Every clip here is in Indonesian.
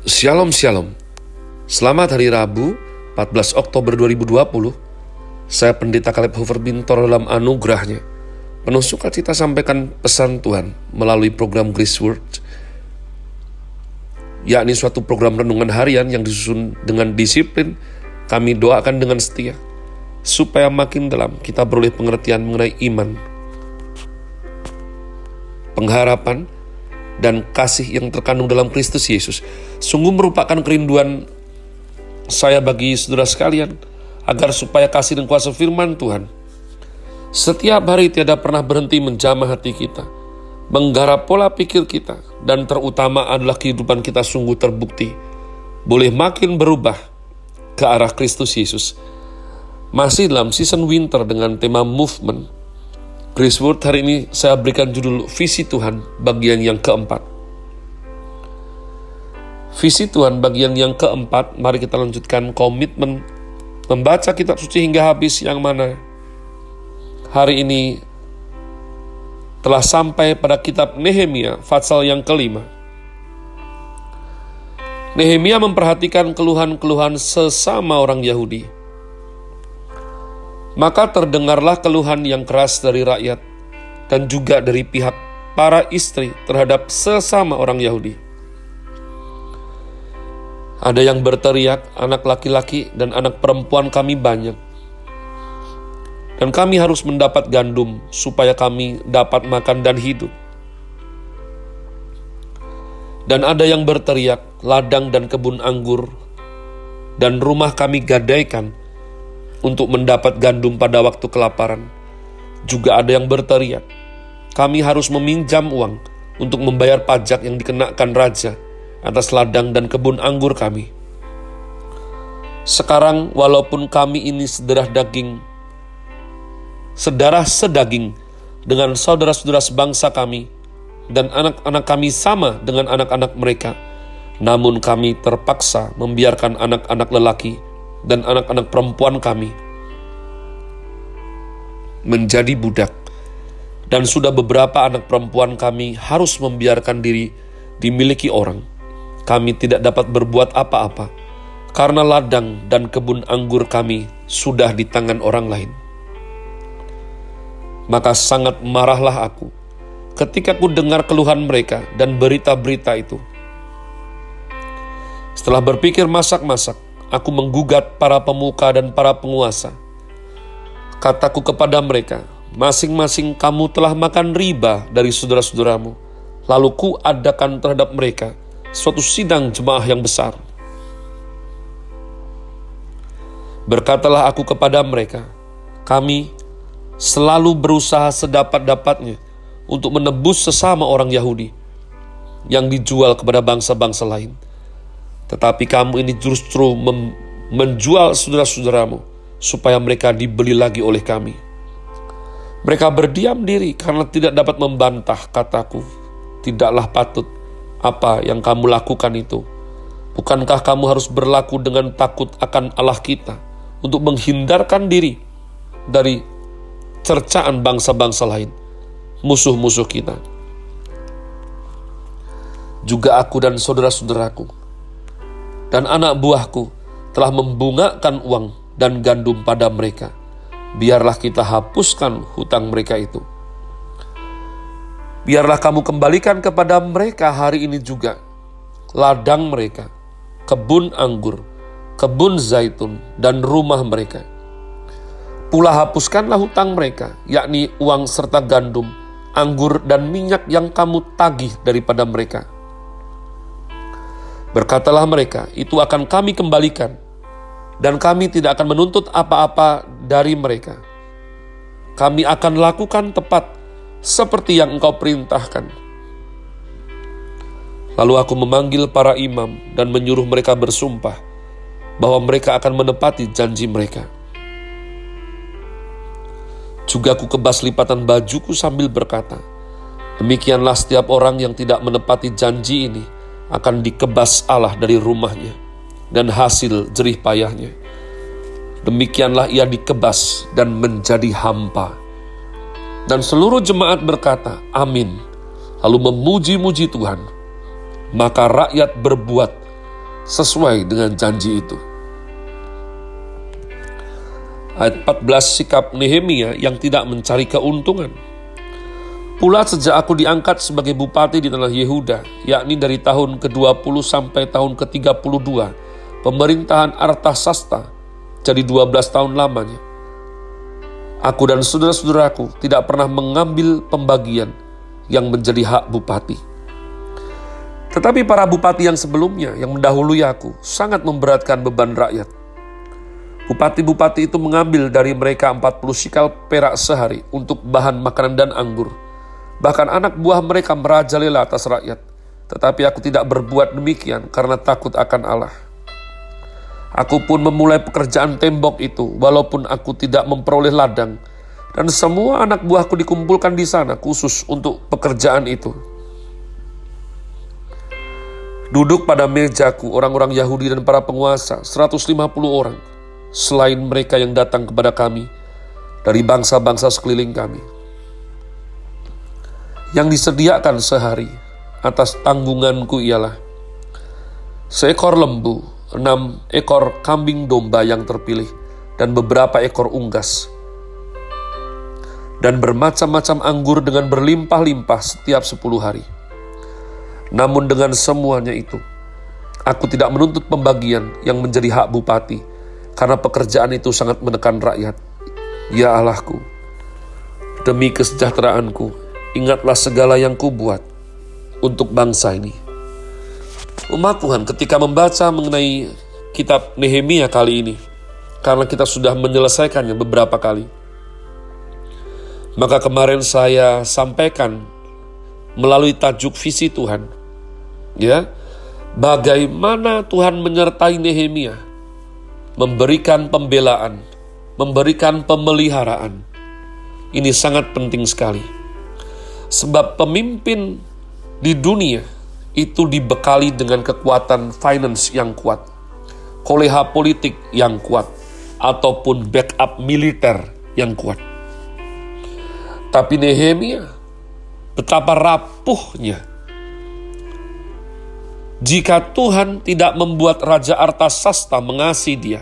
Shalom Shalom. Selamat hari Rabu 14 Oktober 2020. Saya Pendeta Caleb Hofer Bintor dalam anugerahnya penuh sukacita sampaikan pesan Tuhan melalui program Grace Word, yakni suatu program renungan harian yang disusun dengan disiplin. Kami doakan dengan setia supaya makin dalam kita beroleh pengertian mengenai iman, pengharapan, dan kasih yang terkandung dalam Kristus Yesus. Sungguh merupakan kerinduan saya bagi saudara sekalian, agar supaya kasih dan kuasa firman Tuhan setiap hari tiada pernah berhenti menjamah hati kita, menggarap pola pikir kita, dan terutama adalah kehidupan kita sungguh terbukti boleh makin berubah ke arah Kristus Yesus. Masih dalam season winter dengan tema movement, Grace Word hari ini saya berikan judul Visi Tuhan bagian yang keempat. Visi Tuhan bagian yang keempat, mari kita lanjutkan komitmen membaca kitab suci hingga habis, yang mana hari ini telah sampai pada kitab Nehemia pasal yang kelima. Nehemia memperhatikan keluhan-keluhan sesama orang Yahudi. Maka terdengarlah keluhan yang keras dari rakyat dan juga dari pihak para istri terhadap sesama orang Yahudi. Ada yang berteriak, anak laki-laki dan anak perempuan kami banyak, dan kami harus mendapat gandum supaya kami dapat makan dan hidup. Dan ada yang berteriak, ladang dan kebun anggur dan rumah kami gadaikan untuk mendapat gandum pada waktu kelaparan. Juga ada yang berteriak, kami harus meminjam uang untuk membayar pajak yang dikenakan raja atas ladang dan kebun anggur kami. Sekarang walaupun kami ini sedarah sedaging dengan saudara-saudara sebangsa kami, dan anak-anak kami sama dengan anak-anak mereka, namun kami terpaksa membiarkan anak-anak lelaki dan anak-anak perempuan kami menjadi budak, dan sudah beberapa anak perempuan kami harus membiarkan diri dimiliki orang. Kami tidak dapat berbuat apa-apa karena ladang dan kebun anggur kami sudah di tangan orang lain. Maka sangat marahlah aku ketika ku dengar keluhan mereka dan berita-berita itu. Setelah berpikir masak-masak, aku menggugat para pemuka dan para penguasa. Kataku kepada mereka, masing-masing kamu telah makan riba dari saudara-saudaramu. Lalu ku adakan terhadap mereka suatu sidang jemaah yang besar. Berkatalah aku kepada mereka, kami selalu berusaha sedapat-dapatnya untuk menebus sesama orang Yahudi yang dijual kepada bangsa-bangsa lain. Tetapi kamu ini justru menjual saudara-saudaramu supaya mereka dibeli lagi oleh kami. Mereka berdiam diri karena tidak dapat membantah. Kataku, tidaklah patut apa yang kamu lakukan itu. Bukankah kamu harus berlaku dengan takut akan Allah kita untuk menghindarkan diri dari cercaan bangsa-bangsa lain, musuh-musuh kita? Juga aku dan saudara-saudaraku dan anak buahku telah membungakan uang dan gandum pada mereka. Biarlah kita hapuskan hutang mereka itu. Biarlah kamu kembalikan kepada mereka hari ini juga ladang mereka, kebun anggur, kebun zaitun, dan rumah mereka. Pula hapuskanlah hutang mereka, yakni uang serta gandum, anggur, dan minyak yang kamu tagih daripada mereka. Berkatalah mereka, itu akan kami kembalikan, dan kami tidak akan menuntut apa-apa dari mereka. Kami akan lakukan tepat seperti yang engkau perintahkan. Lalu aku memanggil para imam dan menyuruh mereka bersumpah bahwa mereka akan menepati janji mereka. Juga aku kebas lipatan bajuku sambil berkata, demikianlah setiap orang yang tidak menepati janji ini akan dikebas Allah dari rumahnya dan hasil jerih payahnya. Demikianlah ia dikebas dan menjadi hampa. Dan seluruh jemaat berkata, amin. Lalu memuji-muji Tuhan. Maka rakyat berbuat sesuai dengan janji itu. Ayat 14, sikap Nehemia yang tidak mencari keuntungan. Pula sejak aku diangkat sebagai bupati di tanah Yehuda, yakni dari tahun ke-20 sampai tahun ke-32, pemerintahan Artasasta, jadi 12 tahun lamanya, aku dan saudara-saudaraku tidak pernah mengambil pembagian yang menjadi hak bupati. Tetapi para bupati yang sebelumnya, yang mendahului aku, sangat memberatkan beban rakyat. Bupati-bupati itu mengambil dari mereka 40 sikal perak sehari untuk bahan makanan dan anggur. Bahkan anak buah mereka merajalela atas rakyat. Tetapi aku tidak berbuat demikian karena takut akan Allah. Aku pun memulai pekerjaan tembok itu, walaupun aku tidak memperoleh ladang. Dan semua anak buahku dikumpulkan di sana khusus untuk pekerjaan itu. Duduk pada mejaku orang-orang Yahudi dan para penguasa, 150 orang. Selain mereka yang datang kepada kami dari bangsa-bangsa sekeliling kami. Yang disediakan sehari atas tanggunganku ialah seekor lembu, 6 ekor kambing domba yang terpilih, dan beberapa ekor unggas, dan bermacam-macam anggur dengan berlimpah-limpah setiap 10 hari. Namun dengan semuanya itu, aku tidak menuntut pembagian yang menjadi hak bupati, karena pekerjaan itu sangat menekan rakyat. Ya Allahku, demi kesejahteraanku, ingatlah segala yang kubuat untuk bangsa ini. Umat Tuhan, ketika membaca mengenai kitab Nehemia kali ini, karena kita sudah menyelesaikannya beberapa kali, maka kemarin saya sampaikan melalui tajuk visi Tuhan, ya, bagaimana Tuhan menyertai Nehemia, memberikan pembelaan, memberikan pemeliharaan. Ini sangat penting sekali. Sebab pemimpin di dunia itu dibekali dengan kekuatan finance yang kuat, koleha politik yang kuat, ataupun backup militer yang kuat. Tapi Nehemia, betapa rapuhnya jika Tuhan tidak membuat Raja Artasasta mengasihi dia.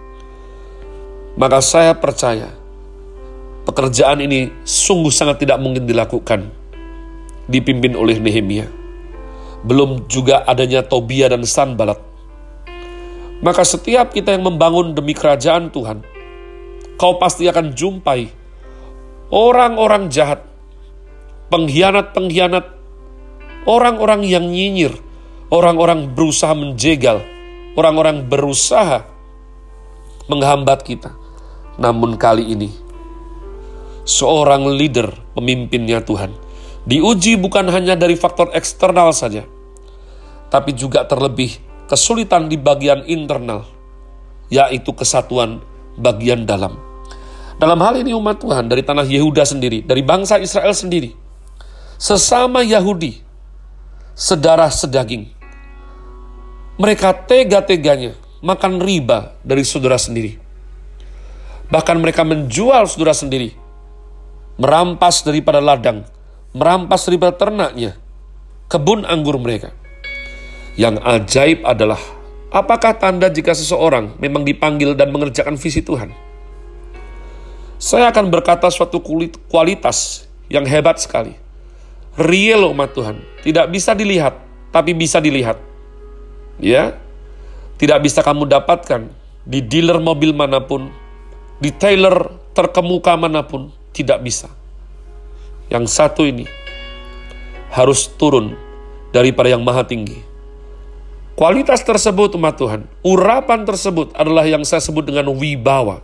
Maka saya percaya pekerjaan ini sungguh sangat tidak mungkin dilakukan dipimpin oleh Nehemia. Belum juga adanya Tobia dan Sanbalat. Maka setiap kita yang membangun demi kerajaan Tuhan, kau pasti akan jumpai orang-orang jahat, pengkhianat-pengkhianat, orang-orang yang nyinyir, orang-orang berusaha menjegal, orang-orang berusaha menghambat kita. Namun kali ini, seorang leader, pemimpinnya Tuhan, diuji bukan hanya dari faktor eksternal saja, tapi juga terlebih kesulitan di bagian internal, yaitu kesatuan bagian dalam. Dalam hal ini umat Tuhan dari tanah Yehuda sendiri, dari bangsa Israel sendiri, sesama Yahudi, sedarah sedaging, mereka tega-teganya makan riba dari saudara sendiri. Bahkan mereka menjual saudara sendiri, merampas daripada ladang, merampas daripada ternaknya, kebun anggur mereka. Yang ajaib adalah, apakah tanda jika seseorang memang dipanggil dan mengerjakan visi Tuhan? Saya akan berkata suatu kualitas yang hebat sekali. Real umat Tuhan, tidak bisa dilihat, tapi bisa dilihat. Ya, tidak bisa kamu dapatkan di dealer mobil manapun, di tailor terkemuka manapun, tidak bisa. Yang satu ini harus turun daripada yang maha tinggi. Kualitas tersebut umat Tuhan, urapan tersebut adalah yang saya sebut dengan wibawa.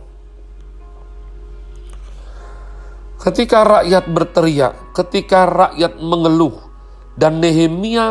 Ketika rakyat berteriak, ketika rakyat mengeluh, dan Nehemia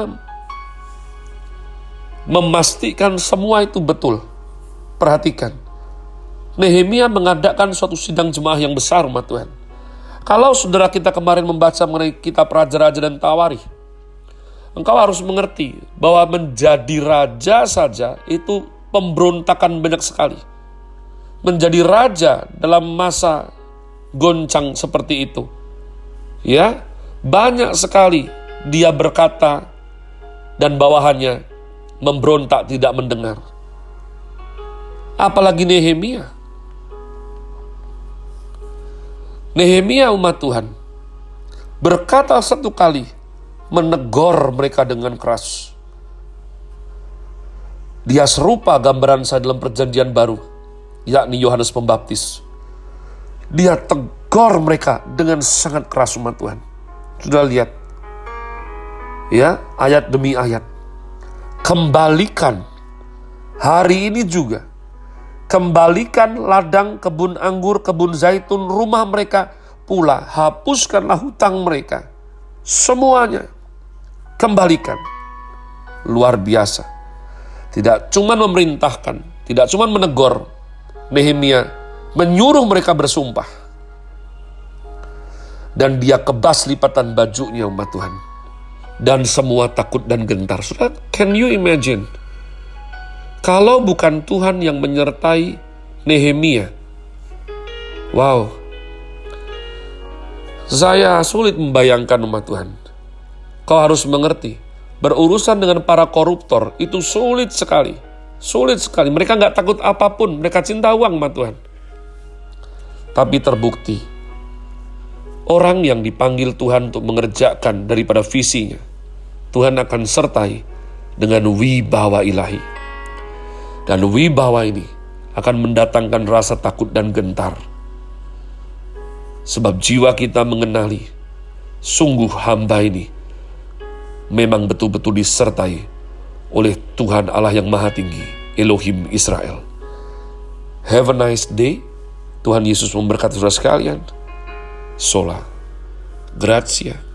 memastikan semua itu betul. Perhatikan, Nehemia mengadakan suatu sidang jemaah yang besar umat Tuhan. Kalau saudara kita kemarin membaca mengenai kitab Raja-Raja dan Tawarikh, engkau harus mengerti bahwa menjadi raja saja itu pemberontakan banyak sekali. Menjadi raja dalam masa goncang seperti itu, ya, banyak sekali dia berkata dan bawahannya memberontak tidak mendengar. Apalagi Nehemia. Nehemia umat Tuhan berkata satu kali, menegur mereka dengan keras. Dia serupa gambaran saya dalam perjanjian baru, yakni Yohanes Pembaptis. Dia tegur mereka dengan sangat keras umat Tuhan. Sudah lihat, ya, ayat demi ayat. Kembalikan hari ini juga. Kembalikan ladang, kebun anggur, kebun zaitun, rumah mereka pula. Hapuskanlah hutang mereka. Semuanya kembalikan. Luar biasa. Tidak cuma memerintahkan, tidak cuma menegur. Nehemia menyuruh mereka bersumpah. Dan dia kebas lipatan bajunya umat Tuhan. Dan semua takut dan gentar. Saudara, can you imagine? Kalau bukan Tuhan yang menyertai Nehemia. Wow. Saya sulit membayangkan umat Tuhan. Kau harus mengerti. Berurusan dengan para koruptor itu sulit sekali. Sulit sekali. Mereka gak takut apapun. Mereka cinta uang umat Tuhan. Tapi terbukti. Orang yang dipanggil Tuhan untuk mengerjakan daripada visinya, Tuhan akan sertai dengan wibawa ilahi. Dan wibawa ini akan mendatangkan rasa takut dan gentar. Sebab jiwa kita mengenali, sungguh hamba ini memang betul-betul disertai oleh Tuhan Allah yang Maha Tinggi, Elohim Israel. Have a nice day. Tuhan Yesus memberkati saudara sekalian. Sola. Grazie.